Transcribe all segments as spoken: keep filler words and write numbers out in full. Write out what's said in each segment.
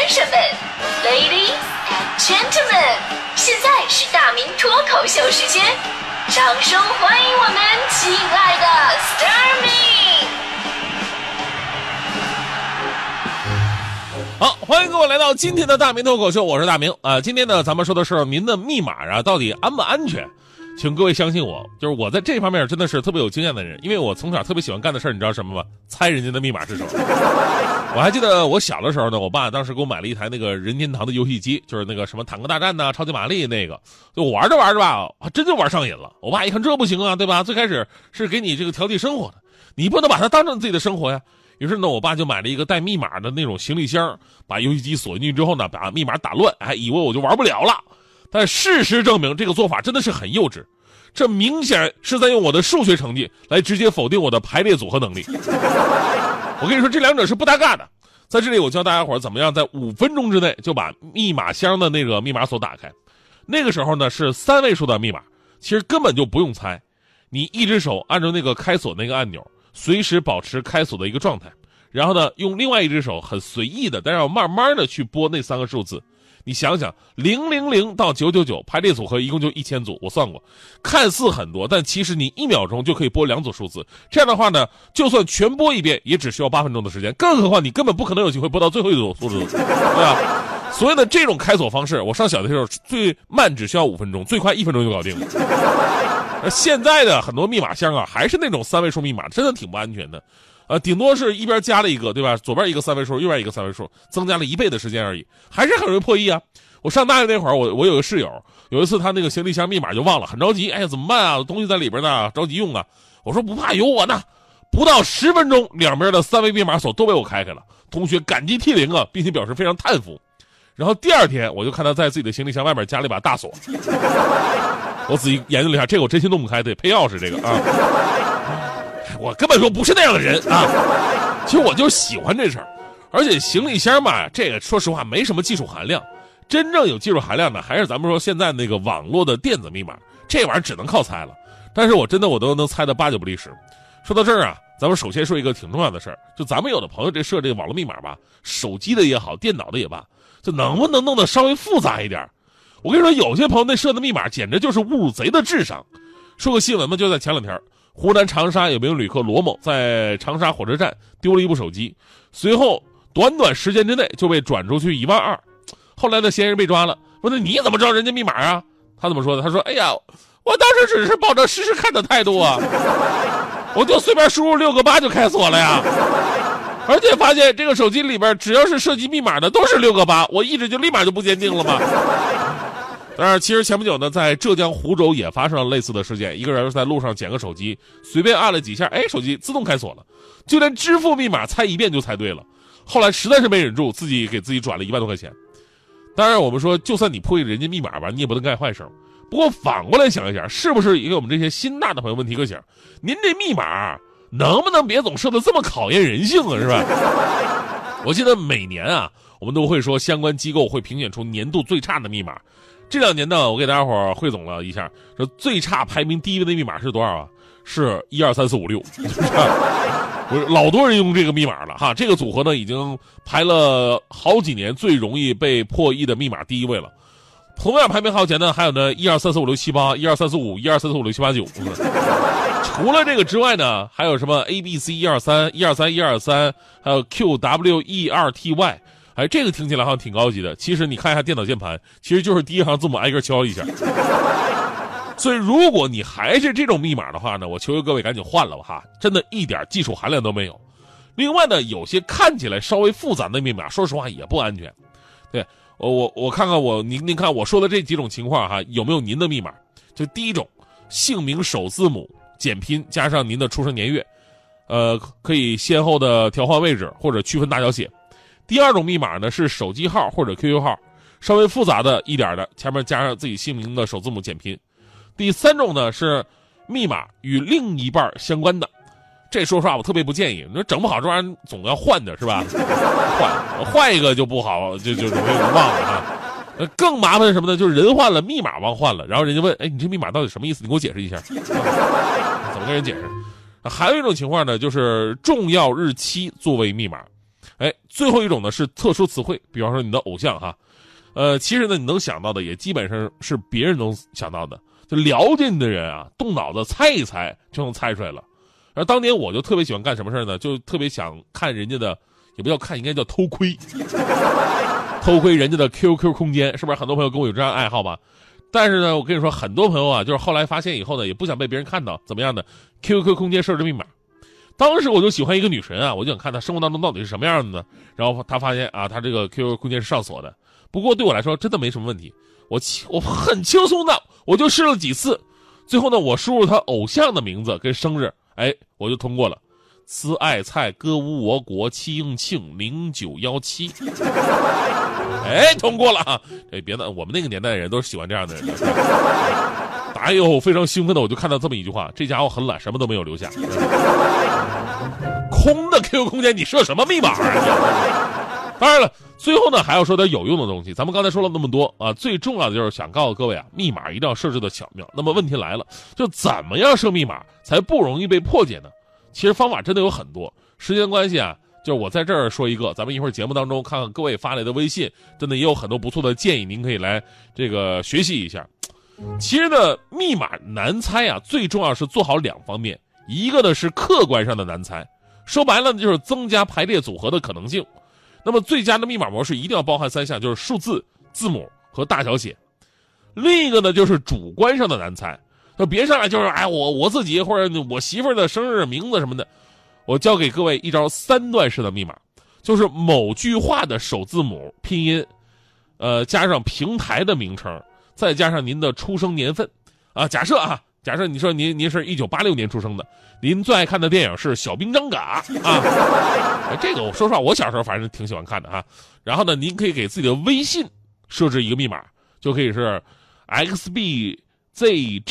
士们 ，Ladies and Gentlemen， 现在是大明脱口秀时间，掌声欢迎我们亲爱的 Starmin。 好，欢迎各位来到今天的大明脱口秀，我是大明啊、呃。今天呢，咱们说的是您的密码啊，到底安不安全？请各位相信我，就是我在这方面真的是特别有经验的人，因为我从小特别喜欢干的事儿，你知道什么吗？猜人家的密码是什么。我还记得我小的时候呢，我爸当时给我买了一台那个任天堂的游戏机，就是那个什么坦克大战呐、超级玛丽那个，就玩着玩着吧，真就玩上瘾了。我爸一看这不行啊，对吧？最开始是给你这个调剂生活的，你不能把它当成自己的生活呀。于是呢，我爸就买了一个带密码的那种行李箱，把游戏机锁进去之后呢，把密码打乱，还以为我就玩不了了。但事实证明，这个做法真的是很幼稚，这明显是在用我的数学成绩来直接否定我的排列组合能力。我跟你说，这两者是不搭嘎的。在这里，我教大家伙怎么样在五分钟之内就把密码箱的那个密码锁打开。那个时候呢是三位数的密码，其实根本就不用猜，你一只手按照那个开锁那个按钮，随时保持开锁的一个状态，然后呢用另外一只手很随意的，但是要慢慢的去拨那三个数字。你想想，零零零到九九九排列组合一共就一千组，我算过，看似很多，但其实你一秒钟就可以拨两组数字。这样的话呢，就算全拨一遍，也只需要八分钟的时间。更何况你根本不可能有机会拨到最后一组数字，对吧？所以呢，这种开锁方式，我上小的时候最慢只需要五分钟，最快一分钟就搞定了。而现在的很多密码箱啊，还是那种三位数密码，真的挺不安全的。呃，顶多是一边加了一个，对吧？左边一个三位数，右边一个三位数，增加了一倍的时间而已，还是很容易破译啊。我上大学那会儿，我我有个室友，有一次他那个行李箱密码就忘了，很着急，哎呀，怎么办啊？东西在里边呢，着急用啊。我说不怕，有我呢。不到十分钟，两边的三位密码锁都被我开开了，同学感激涕零啊，并且表示非常叹服。然后第二天，我就看他在自己的行李箱外面加了一把大锁，我仔细研究了一下，这个我真心弄不开，得配钥匙这个啊。我根本说不是那样的人啊，其实我就喜欢这事儿，而且行李箱嘛，这个说实话没什么技术含量，真正有技术含量的还是咱们说现在那个网络的电子密码，这玩意儿只能靠猜了。但是我真的我都能猜得八九不离十。说到这儿啊，咱们首先说一个挺重要的事儿，就咱们有的朋友这设这个网络密码吧，手机的也好，电脑的也罢，就能不能弄得稍微复杂一点？我跟你说，有些朋友那设的密码简直就是侮辱贼的智商。说个新闻嘛，就在前两天。湖南长沙有名旅客罗某在长沙火车站丢了一部手机，随后短短时间之内就被转出去一万二。后来呢，嫌疑人被抓了，问他你怎么知道人家密码啊？他怎么说的？他说：“哎呀，我当时只是抱着试试看的态度啊，我就随便输入六个八就开锁了呀。而且发现这个手机里边只要是涉及密码的都是六个八，我一直就立马就不坚定了嘛。”当然，其实前不久呢，在浙江湖州也发生了类似的事件。一个人在路上捡个手机，随便按了几下，哎，手机自动开锁了，就连支付密码猜一遍就猜对了。后来实在是没忍住，自己给自己转了一万多块钱。当然，我们说，就算你破译人家密码吧，你也不能干坏事。不过反过来想一想，是不是也给我们这些心大的朋友问题个醒？您这密码能不能别总设的这么考验人性啊？是吧？我记得每年啊，我们都会说相关机构会评选出年度最差的密码。这两年呢，我给大家伙儿汇总了一下，说最差排名第一位的密码是多少啊？是一二三四五六，老多人用这个密码了哈。这个组合呢，已经排了好几年最容易被破译的密码第一位了。同样排名靠前呢，还有呢一二三四五六七八、一二三四五、一二三四五六七八九。除了这个之外呢，还有什么 A B C 一二三、一二三一二三，还有 Q W E 二 T Y。哎，这个听起来好像挺高级的，其实你看一下电脑键盘，其实就是第一行字母挨个敲一下。所以如果你还是这种密码的话呢，我求求各位赶紧换了吧哈，真的一点技术含量都没有。另外呢，有些看起来稍微复杂的密码，说实话也不安全。对，我我我看看我您您看我说的这几种情况哈，有没有您的密码？就第一种，姓名首字母简拼加上您的出生年月，呃，可以先后的调换位置或者区分大小写。第二种密码呢是手机号或者 Q Q 号，稍微复杂的一点的，前面加上自己姓名的首字母简拼。第三种呢是密码与另一半相关的，这说实话我特别不建议，你说整不好这玩意儿总要换的是吧？换换一个就不好，就就容易忘了啊。更麻烦是什么呢？就是人换了，密码忘换了，然后人家问，哎，你这密码到底什么意思？你给我解释一下。怎么跟人解释？还有一种情况呢，就是重要日期作为密码。 哎，最后一种呢是特殊词汇，比方说你的偶像哈，呃，其实呢你能想到的也基本上是别人能想到的，就了解你的人啊，动脑子猜一猜就能猜出来了。而当年我就特别喜欢干什么事呢？就特别想看人家的，也不叫看，应该叫偷窥，偷窥人家的 Q Q 空间，是不是？很多朋友跟我有这样爱好吧？但是呢，我跟你说，很多朋友啊，就是后来发现以后呢，也不想被别人看到，怎么样的 Q Q 空间设置密码。当时我就喜欢一个女神啊，我就想看她生活当中到底是什么样的呢？然后她发现啊，她这个 Q Q 空间是上锁的。不过对我来说真的没什么问题，我我很轻松的，我就试了几次，最后呢，我输入她偶像的名字跟生日，哎，我就通过了。慈爱菜歌舞我国七应庆零九幺七，哎，通过了啊！哎，别的，我们那个年代的人都是喜欢这样的人的。打完以后非常兴奋的，我就看到这么一句话：这家伙很懒，什么都没有留下。空的 Q Q 空间，你设什么密码啊？当然了，最后呢还要说点有用的东西。咱们刚才说了那么多啊，最重要的就是想告诉各位啊，密码一定要设置的巧妙。那么问题来了，就怎么样设密码才不容易被破解呢？其实方法真的有很多，时间关系啊，就是我在这儿说一个，咱们一会儿节目当中看看各位发来的微信，真的也有很多不错的建议，您可以来这个学习一下。其实呢，密码难猜啊，最重要是做好两方面，一个呢是客观上的难猜，说白了就是增加排列组合的可能性。那么最佳的密码模式一定要包含三项，就是数字、字母和大小写。另一个呢就是主观上的难猜。就别上来就是哎，我我自己或者我媳妇儿的生日名字什么的，我教给各位一招三段式的密码，就是某句话的首字母拼音，呃，加上平台的名称，再加上您的出生年份啊。假设啊，假设你说您您是一九八六年出生的，您最爱看的电影是《小兵张嘎》啊，哎，这个我说实话，我小时候反正挺喜欢看的哈。然后呢，您可以给自己的微信设置一个密码，就可以是 X B Z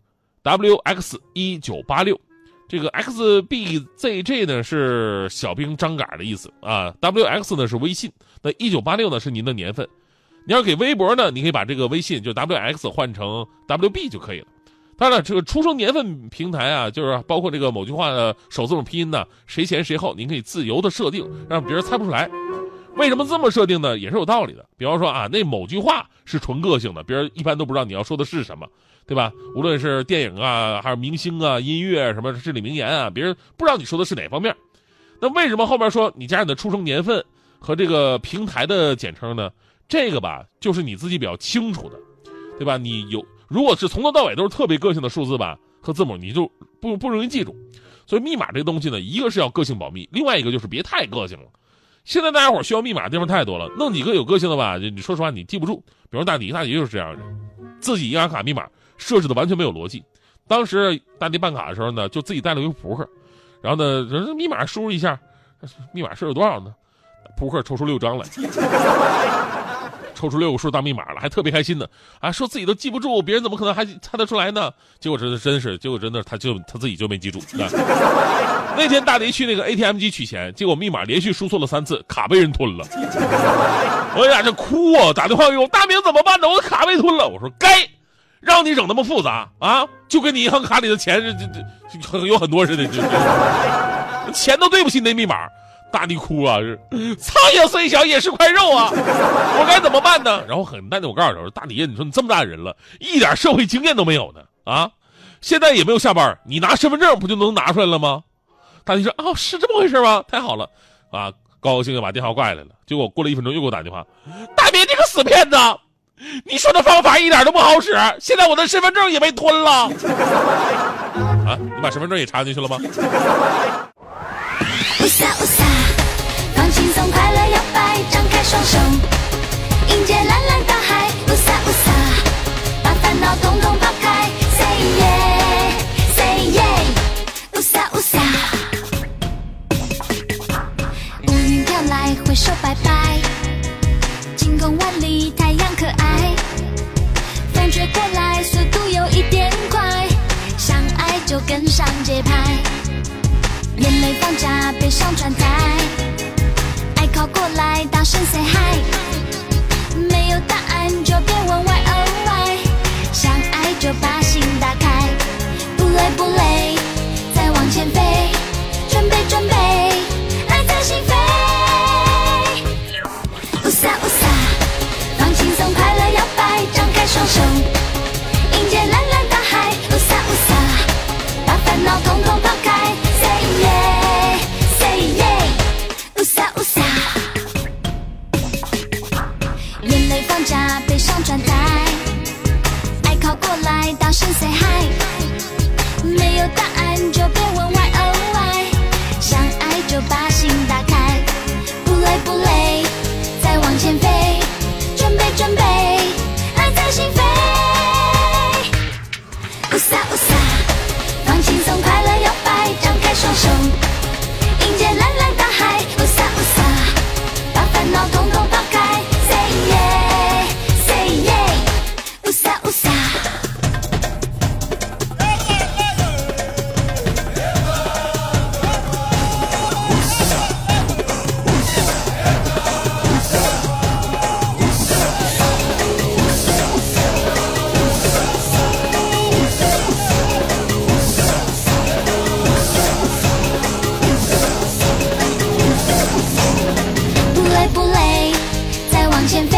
G。W X 一九八六，这个 X B Z G 呢是小兵张嘎的意思啊 ，W X 呢是微信，那一九八六呢是您的年份。你要给微博呢，你可以把这个微信就 W X 换成 W B 就可以了。当然了，这个出生年份平台啊，就是包括这个某句话的首字母拼音呢，谁前谁后，您可以自由的设定，让别人猜不出来。为什么这么设定呢？也是有道理的。比方说啊，那某句话是纯个性的，别人一般都不知道你要说的是什么，对吧？无论是电影啊，还是明星啊、音乐什么至理名言啊，别人不知道你说的是哪方面。那为什么后面说你加上你的出生年份和这个平台的简称呢？这个吧，就是你自己比较清楚的，对吧？你有如果是从头到尾都是特别个性的数字吧和字母，你就不不容易记住。所以密码这个东西呢，一个是要个性保密，另外一个就是别太个性了。现在大家伙需要密码的地方太多了，弄几个有个性的吧，你说实话你记不住。比如大迪，大迪就是这样的人，自己银行卡密码设置的完全没有逻辑。当时大迪办卡的时候呢，就自己带了一个扑克，然后呢，人密码输入一下，密码是有多少呢？扑克抽出六张来，抽出六个数当密码了，还特别开心呢。啊，说自己都记不住，别人怎么可能还猜得出来呢？结果真的真是，结果真的他就他自己就没记住。那天大迪去那个 A T M 机取钱，结果密码连续输错了三次，卡被人吞了。我俩这哭啊，打电话给我，大明怎么办呢？我卡被吞了。我说该。让你整那么复杂啊？就跟你银行卡里的钱这这这有很多似的，这这钱都对不起那密码。大地哭啊，是苍蝇虽小也是块肉啊，我该怎么办呢？然后很淡定，我告诉他说：“大迪，你说你这么大的人了，一点社会经验都没有呢啊！现在也没有下班，你拿身份证不就能拿出来了吗？”大迪说：“哦，是这么回事吗？太好了啊！”高高兴兴把电话挂下来了。结果过了一分钟又给我打电话：“大明，你个死骗子！你说的方法一点都不好使，现在我的身份证也被吞了。”啊，你把身份证也插进去了吗？ 乌撒乌撒，放轻松，快乐摇摆，张开双手，迎接蓝蓝大海。乌撒乌撒，把烦恼统统抛开 ，Say yeah，Say yeah， 乌撒乌撒。乌云飘来，挥手拜拜，晴空万里，太阳可爱。风吹过来，速度有一点快，相爱就跟上节拍。眼泪放假，悲伤转台，爱靠过来，大声 say hi。没有答案就别问 why oh why， 相爱就把心打开，不累不累，再往前飞，准备准备，爱在心扉。 撒乌撒，放轻松，快乐摇摆，张开双手，迎接蓝蓝大海。乌撒乌撒，把烦恼统统抛开。Say yeah, say yeah， 乌撒乌撒。眼泪放假，悲伤转台，爱靠过来，大声 say hi。没有答案就别问 why oh why， 想爱就把心打开，不累不累，再往前飞，准备准备，爱在心扉。乌撒乌撒，放轻松，快乐摇摆，张开双手，迎接蓝蓝大海。乌撒乌撒，把烦恼统统抛开。Say yeah, say yeah， 乌撒乌撒。不累不累，再往前飞。